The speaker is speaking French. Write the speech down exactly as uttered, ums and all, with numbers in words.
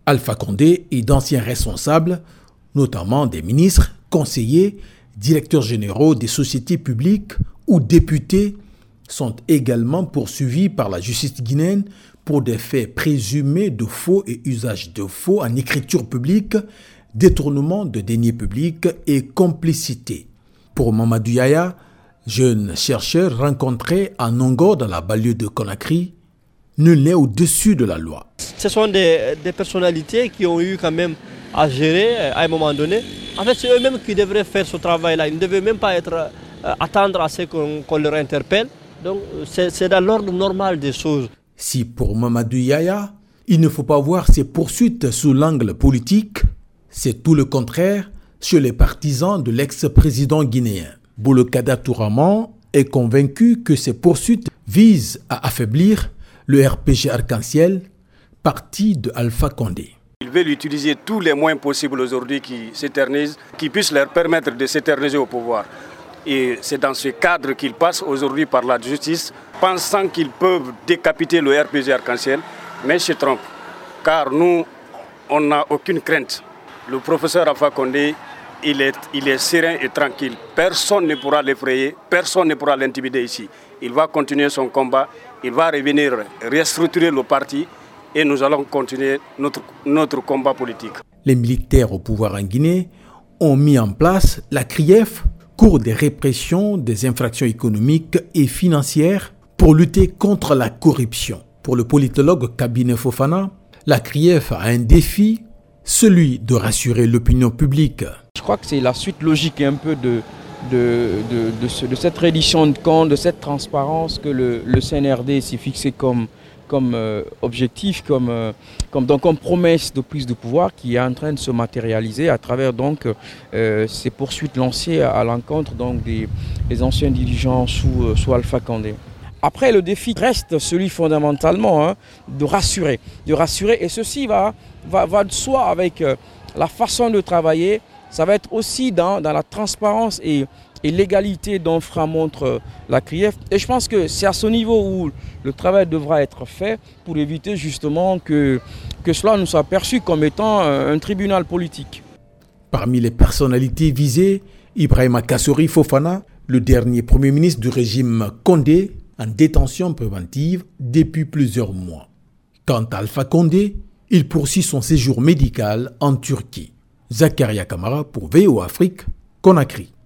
Alpha Condé et d'anciens responsables, notamment des ministres, conseillers, directeurs généraux des sociétés publiques ou députés, sont également poursuivis par la justice guinéenne pour des faits présumés de faux et usage de faux en écriture publique, détournement de deniers publics et complicité. Pour Mamadou Yaya, jeune chercheur rencontré à Nongo dans la banlieue de Conakry, nul n'est au-dessus de la loi. Ce sont des, des personnalités qui ont eu quand même à gérer à un moment donné. En fait, c'est eux-mêmes qui devraient faire ce travail-là. Ils ne devaient même pas être, euh, attendre à ce qu'on, qu'on leur interpelle. Donc, c'est, c'est dans l'ordre normal des choses. Si pour Mamadou Yaya, il ne faut pas voir ces poursuites sous l'angle politique, c'est tout le contraire chez les partisans de l'ex-président guinéen. Boubacar Touraman est convaincu que ces poursuites visent à affaiblir le R P G Arc-en-Ciel, parti de Alpha Condé. Ils veulent utiliser tous les moyens possibles aujourd'hui qui s'éternisent, qui puissent leur permettre de s'éterniser au pouvoir. Et c'est dans ce cadre qu'ils passent aujourd'hui par la justice, pensant qu'ils peuvent décapiter le R P G Arc-en-Ciel, mais ils se trompent. Car nous, on n'a aucune crainte. Le professeur Alpha Condé, il est, il est serein et tranquille. Personne ne pourra l'effrayer, personne ne pourra l'intimider ici. Il va continuer son combat, il va revenir restructurer le parti et nous allons continuer notre, notre combat politique. Les militaires au pouvoir en Guinée ont mis en place la C R I E F, Cour des répressions des infractions économiques et financières, pour lutter contre la corruption. Pour le politologue Kabine Fofana, la C R I E F a un défi, celui de rassurer l'opinion publique. Je crois que c'est la suite logique un peu de, de, de, de, ce, de cette reddition de comptes, de cette transparence que le, le C N R D s'est fixé comme, comme euh, objectif, comme, euh, comme, donc, comme promesse de prise de pouvoir qui est en train de se matérialiser à travers donc, euh, ces poursuites lancées à, à l'encontre donc, des, des anciens dirigeants sous, euh, sous Alpha Condé. Après, le défi reste celui fondamentalement hein, de rassurer, de rassurer, et ceci va, va, va de soi avec euh, la façon de travailler. Ça va être aussi dans, dans la transparence et, et l'égalité dont fera montre la C R I E F. Et je pense que c'est à ce niveau où le travail devra être fait pour éviter justement que, que cela ne soit perçu comme étant un tribunal politique. Parmi les personnalités visées, Ibrahima Kassori Fofana, le dernier Premier ministre du régime Condé, en détention préventive depuis plusieurs mois. Quant à Alpha Condé, il poursuit son séjour médical en Turquie. Zakaria Kamara pour V O Afrique, Conakry.